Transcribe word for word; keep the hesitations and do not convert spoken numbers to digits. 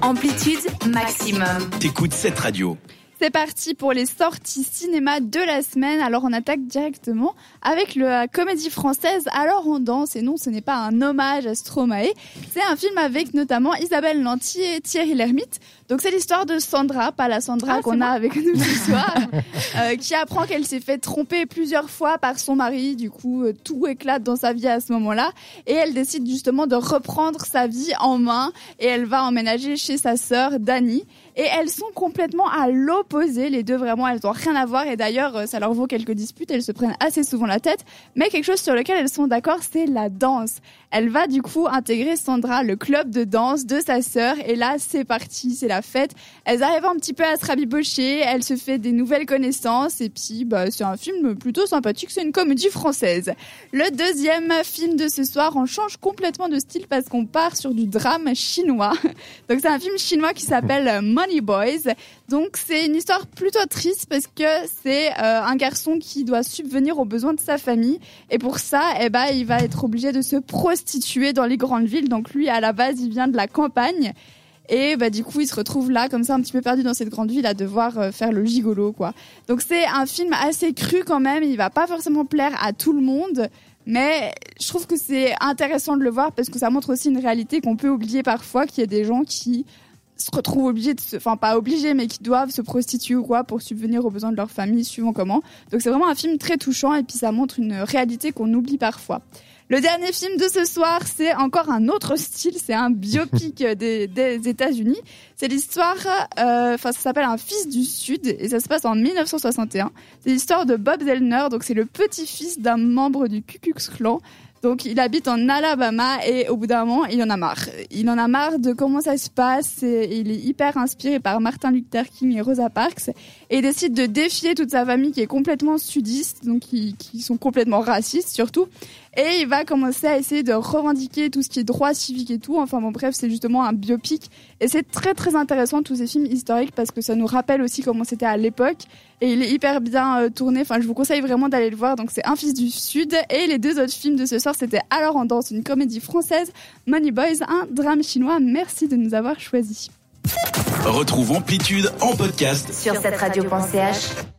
Amplitude maximum. T'écoutes cette radio. C'est parti pour les sorties cinéma de la semaine. Alors on attaque directement avec la comédie française Alors on danse. Et non, ce n'est pas un hommage à Stromae. C'est un film avec notamment Isabelle Nanty et Thierry Lhermitte. Donc c'est l'histoire de Sandra, pas la Sandra ah, qu'on a avec nous ce soir, euh, qui apprend qu'elle s'est fait tromper plusieurs fois par son mari. Du coup, euh, tout éclate dans sa vie à ce moment-là. Et elle décide justement de reprendre sa vie en main. Et elle va emménager chez sa sœur, Dani. Et elles sont complètement à l'opposé, les deux vraiment, elles n'ont rien à voir. Et d'ailleurs, ça leur vaut quelques disputes, elles se prennent assez souvent la tête. Mais quelque chose sur lequel elles sont d'accord, c'est la danse. Elle va du coup intégrer Sandra, le club de danse de sa sœur. Et là, c'est parti, c'est la fête. Elles arrivent un petit peu à se rabibocher, elle se fait des nouvelles connaissances. Et puis, bah, c'est un film plutôt sympathique, c'est une comédie française. Le deuxième film de ce soir, on change complètement de style parce qu'on part sur du drame chinois. Donc c'est un film chinois qui s'appelle Money Boys. Donc c'est une histoire plutôt triste parce que c'est euh, un garçon qui doit subvenir aux besoins de sa famille et pour ça, eh ben, il va être obligé de se prostituer dans les grandes villes. Donc lui, à la base, il vient de la campagne et bah, du coup, il se retrouve là, comme ça, un petit peu perdu dans cette grande ville à devoir euh, faire le gigolo, quoi. Donc c'est un film assez cru quand même. Il va pas forcément plaire à tout le monde. Mais je trouve que c'est intéressant de le voir parce que ça montre aussi une réalité qu'on peut oublier parfois, qu'il y a des gens qui se retrouvent obligés de se, enfin pas obligés, mais qui doivent se prostituer ou quoi pour subvenir aux besoins de leur famille, suivant comment. Donc c'est vraiment un film très touchant et puis ça montre une réalité qu'on oublie parfois. Le dernier film de ce soir, c'est encore un autre style, c'est un biopic des, des États-Unis. C'est l'histoire, euh, enfin ça s'appelle Un fils du Sud et ça se passe en dix-neuf cent soixante et un. C'est l'histoire de Bob Zellner, donc c'est le petit-fils d'un membre du Ku Klux Klan. Donc il habite en Alabama et au bout d'un moment, il en a marre. Il en a marre de comment ça se passe et il est hyper inspiré par Martin Luther King et Rosa Parks et il décide de défier toute sa famille qui est complètement sudiste, donc qui, qui sont complètement racistes surtout. Et il va commencer à essayer de revendiquer tout ce qui est droit civique et tout. Enfin bon bref, c'est justement un biopic. Et c'est très très intéressant tous ces films historiques parce que ça nous rappelle aussi comment c'était à l'époque. Et il est hyper bien euh, tourné. Enfin, je vous conseille vraiment d'aller le voir. Donc c'est Un fils du Sud. Et les deux autres films de ce soir, c'était Alors on danse, une comédie française, Money Boys, un drame chinois. Merci de nous avoir choisis. Retrouve Amplitude en podcast sur cette radio point c h.